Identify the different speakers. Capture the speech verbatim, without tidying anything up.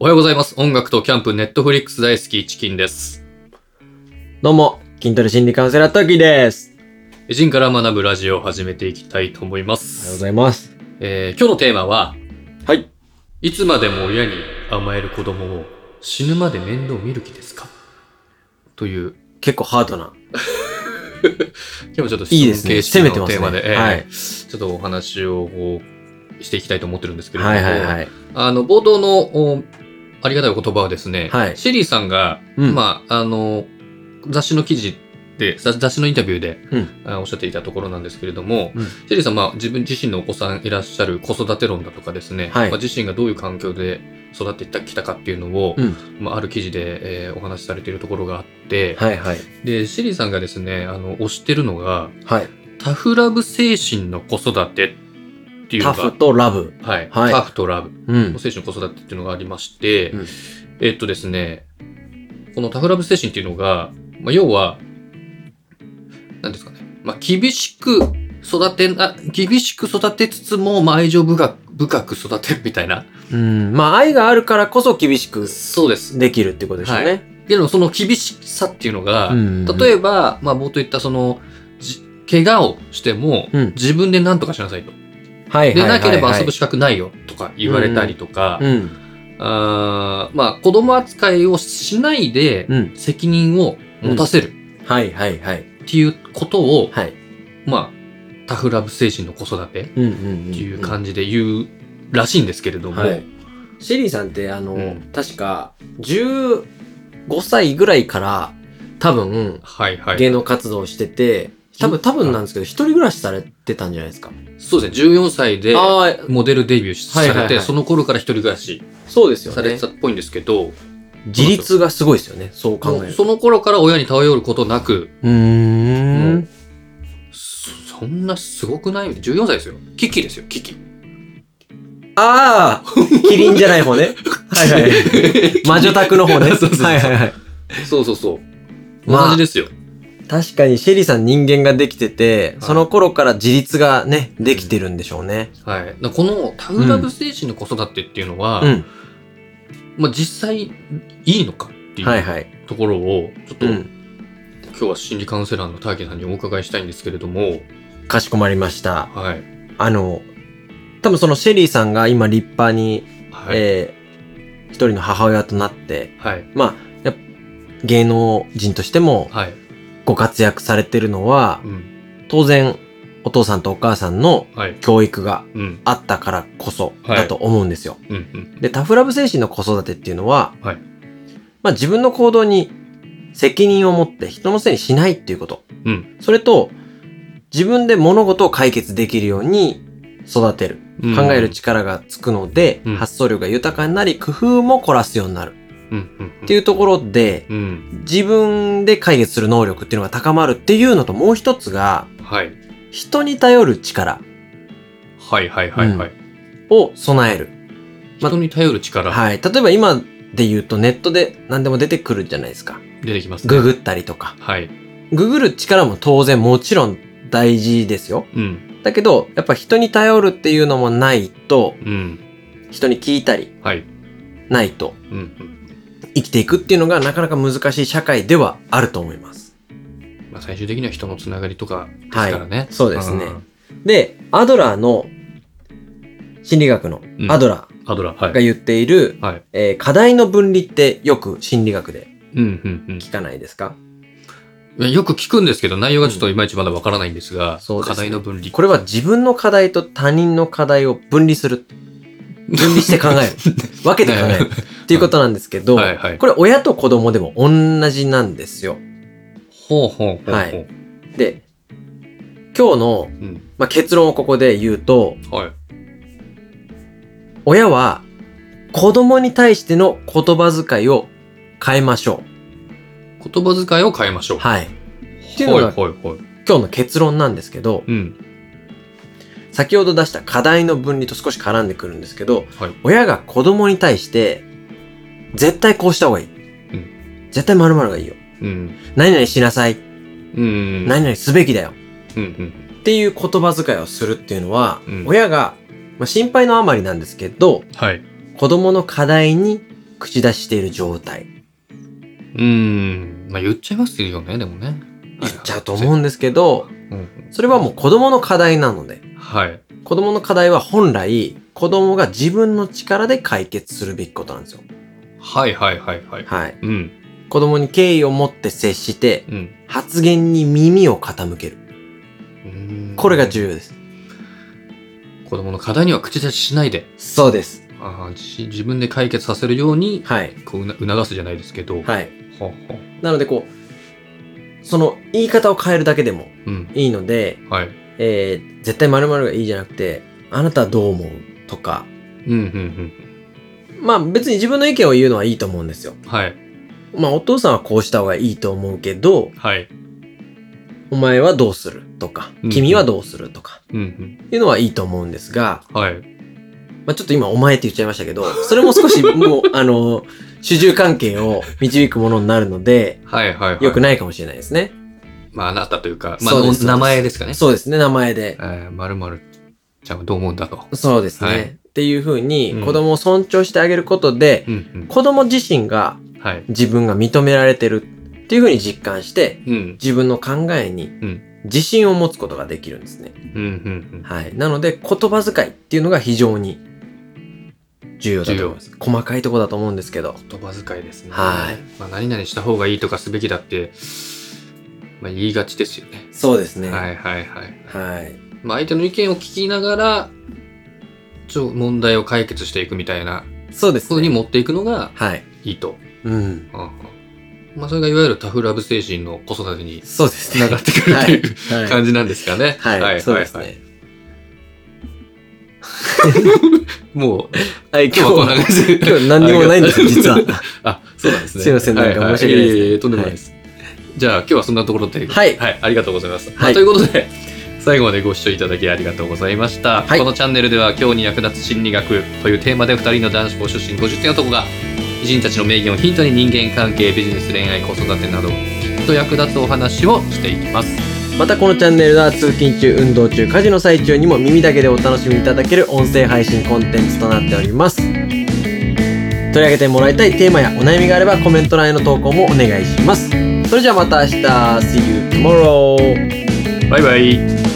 Speaker 1: おはようございます。音楽とキャンプ、ネットフリックス大好きチキンです。
Speaker 2: どうも、筋トレ心理カウンセラートキです。
Speaker 1: 偉人から学ぶラジオを始めていきたいと思います。
Speaker 2: おはようございます。
Speaker 1: えー、今日のテーマは、
Speaker 2: はい。
Speaker 1: いつまでも親に甘える子供を死ぬまで面倒見る気ですかという。
Speaker 2: 結構ハードな。
Speaker 1: 今日もちょっと質問形式のテーマで、
Speaker 2: いいですね、ね、
Speaker 1: えー
Speaker 2: はい。
Speaker 1: ちょっとお話をこうしていきたいと思ってるんですけれども、
Speaker 2: はいはいはい。
Speaker 1: あの、冒頭のありがたいお言葉はですね、
Speaker 2: はい、
Speaker 1: シェリーさんが、うん、まあ、あの、雑誌の記事で、雑誌のインタビューで、うん、おっしゃっていたところなんですけれども、うん、シェリーさん、まあ、自分自身のお子さんいらっしゃる子育て論だとかですね、はい、まあ、自身がどういう環境で育ってきたかっていうのを、うん、まあ、ある記事で、えー、お話しされているところがあって、はいはい、で、シェリーさんがですね、あの、推してるのが、はい、タフラブ精神の子育てっていうのが、
Speaker 2: タフとラブ。
Speaker 1: はい。はい、タフとラブ。うん、精神の子育てっていうのがありまして、うん、えっとですね、このタフラブ精神っていうのが、まあ、要は、何ですかね。まあ、厳しく育てな、厳しく育てつつも、まあ、愛情深く、深く育てるみたいな。
Speaker 2: うん。まあ、愛があるからこそ厳しく。そうです。できるってことですよね。はい。
Speaker 1: けど、その厳しさっていうのが、うんうんうん、例えば、まあ、冒頭言ったその、怪我をしても、うん、自分で何とかしなさいと。はいはいはいはい。でなければ遊ぶ資格ないよとか言われたりとか、うんうん、あまあ子供扱いをしないで責任を持たせる、うん、はいはいはいっていうことを、はい、まあタフラブ精神の子育てっていう感じで言うらしいんですけれども、はい、
Speaker 2: シェリーさんってあの、うん、確かじゅうごさいぐらいから多分、はいはい、芸能活動してて。多分、多分なんですけど、一人暮らしされてたんじゃないですか。
Speaker 1: そうですね。じゅうよんさいで、モデルデビューされて、はいはいはい、その頃から一人暮らし。
Speaker 2: そうですよね。
Speaker 1: されてたっぽいんですけど。
Speaker 2: 自立がすごいですよね。そう考えると。
Speaker 1: その頃から親に頼ることなく。うーん。そ, そんなすごくない ?じゅうよんさいですよ。キキですよ、キキ。
Speaker 2: ああキリンじゃない方ね。はいはい。魔女宅の方ね。
Speaker 1: そうそうそう。はいはいはい。そうそうそう。同じですよ。
Speaker 2: 確かにシェリーさん人間ができてて、はい、その頃から自立がね、できてるんでしょうね。
Speaker 1: うん、はい。このタフラブ精神の子育てっていうのは、うん、まあ実際いいのかっていうところを、ちょっと、うん、今日は心理カウンセラーのターゲさんにお伺いしたいんですけれども。
Speaker 2: かしこまりました。はい。あの、多分そのシェリーさんが今立派に、はい、えー、一人の母親となって、はい、まあ、芸能人としても、はい、ご活躍されてるのは、うん、当然お父さんとお母さんの教育があったからこそだと思うんですよ。はいうんうん、で、タフラブ精神の子育てっていうのは、はい、まあ自分の行動に責任を持って人のせいにしないっていうこと。うん、それと、自分で物事を解決できるように育てる。うん、考える力がつくので、うん、発想力が豊かになり、工夫も凝らすようになる。っていうところで、うん、自分で解決する能力っていうのが高まるっていうのともう一つが、はい、人に頼る力。
Speaker 1: はいはいはいはい。
Speaker 2: うん、を備える。
Speaker 1: ま、人に頼る力。
Speaker 2: はい。例えば今で言うとネットで何でも出てくるじゃないですか。
Speaker 1: 出てきますね。
Speaker 2: ググったりとか。
Speaker 1: はい。
Speaker 2: ググる力も当然もちろん大事ですよ。うん。だけど、やっぱ人に頼るっていうのもないと、うん、人に聞いたり、はい、ないと、うんうん生きていくっていうのがなかなか難しい社会ではあると思います。
Speaker 1: まあ最終的には人のつながりとかですからね。はい、
Speaker 2: そうですね。で、アドラーの心理学のアドラーが言っている、はいえー、課題の分離ってよく心理学で聞かないですか、
Speaker 1: うんうんうん、よく聞くんですけど内容がちょっといまいちまだわからないんですが、うん、課題の分離。
Speaker 2: これは自分の課題と他人の課題を分離する。分離して考える。分けて考える。っていうことなんですけど、はいはい、これ親と子供でも同じなんですよ。
Speaker 1: ほうほうほうほう。はい。
Speaker 2: で、今日の、うんまあ、結論をここで言うと、はい、親は子供に対しての言葉遣いを変えましょ
Speaker 1: う。言葉遣いを変えましょう。
Speaker 2: はい。っていうのが、はいはいはい、今日の結論なんですけど、うん先ほど出した課題の分離と少し絡んでくるんですけど、はい、親が子供に対して、絶対こうした方がいい。うん、絶対〇〇がいいよ。うん、何々しなさい。うん、何々すべきだよ、うんうん。っていう言葉遣いをするっていうのは、うん、親が、まあ、心配のあまりなんですけど、はい、子供の課題に口出ししている状態。
Speaker 1: うーん。まあ言っちゃいますよね、でもね。
Speaker 2: 言っちゃうと思うんですけど、うん、それはもう子供の課題なので。
Speaker 1: はい。
Speaker 2: 子供の課題は本来、子供が自分の力で解決するべきことなんですよ。
Speaker 1: はいはいはいはい。
Speaker 2: はい。うん。子供に敬意を持って接して、うん、発言に耳を傾ける。うーん、これが重要です。
Speaker 1: 子供の課題には口出ししないで。
Speaker 2: そうです。
Speaker 1: あ自, 自分で解決させるように、はい、こう促すじゃないですけど。はい。
Speaker 2: ほほなのでこう、その言い方を変えるだけでもいいので、うん、はい。えー、絶対〇〇がいいじゃなくて、あなたはどう思うとか。うん、うん、うん。まあ別に自分の意見を言うのはいいと思うんですよ。はい。まあお父さんはこうした方がいいと思うけど、はい。お前はどうするとか、うんうん、君はどうするとか、うんうん、いうのはいいと思うんですが、はい。まあちょっと今お前って言っちゃいましたけど、それも少しもう、あの、主従関係を導くものになるので、はいはいはい。良くないかもしれないですね。
Speaker 1: まああなたというか、まあ名前ですかね。
Speaker 2: そうですね、名前で。
Speaker 1: えー、〇〇ちゃんはどう思うんだと。
Speaker 2: そうですね。はい、っていうふうに、子供を尊重してあげることで、うんうん、子供自身が、自分が認められてるっていうふうに実感して、うん、自分の考えに自信を持つことができるんですね。うんうんうん、はい。なので、言葉遣いっていうのが非常に重要だと思います。細かいところだと思うんですけど。
Speaker 1: 言葉遣いですね。はい。まあ、何々した方がいいとかすべきだって、まあ、言いがちですよね。
Speaker 2: そうですね。
Speaker 1: はいはいはい。はい。まあ、相手の意見を聞きながら、ちょ問題を解決していくみたいな、
Speaker 2: そうですね。
Speaker 1: 風に持っていくのがいいと。はい、うん。ああまあ、それがいわゆるタフラブ精神の子育てにつながってくるっていう感じなんですかね。
Speaker 2: はい。はい。そうですね。
Speaker 1: もう、
Speaker 2: はい、今日はこんな感じで。今日何にもないんですよ、実は。
Speaker 1: あ、そうなんですね。
Speaker 2: すいません、なんか申し訳ないです。
Speaker 1: とんでもないです。じゃあ、今日はそんなところで。
Speaker 2: はい。
Speaker 1: はい、ありがとうございます。はい。ということで、最後までご視聴いただきありがとうございました。はい、このチャンネルでは今日に役立つ心理学というテーマでふたりの男子校出身ごじゅっさい男が偉人たちの名言をヒントに人間関係、ビジネス、恋愛、子育てなどきっと役立つお話をしていきます。
Speaker 2: またこのチャンネルでは通勤中、運動中、家事の最中にも耳だけでお楽しみいただける音声配信コンテンツとなっております。取り上げてもらいたいテーマやお悩みがあればコメント欄への投稿もお願いします。それじゃあまた明日 See you tomorrow!
Speaker 1: バイバイ。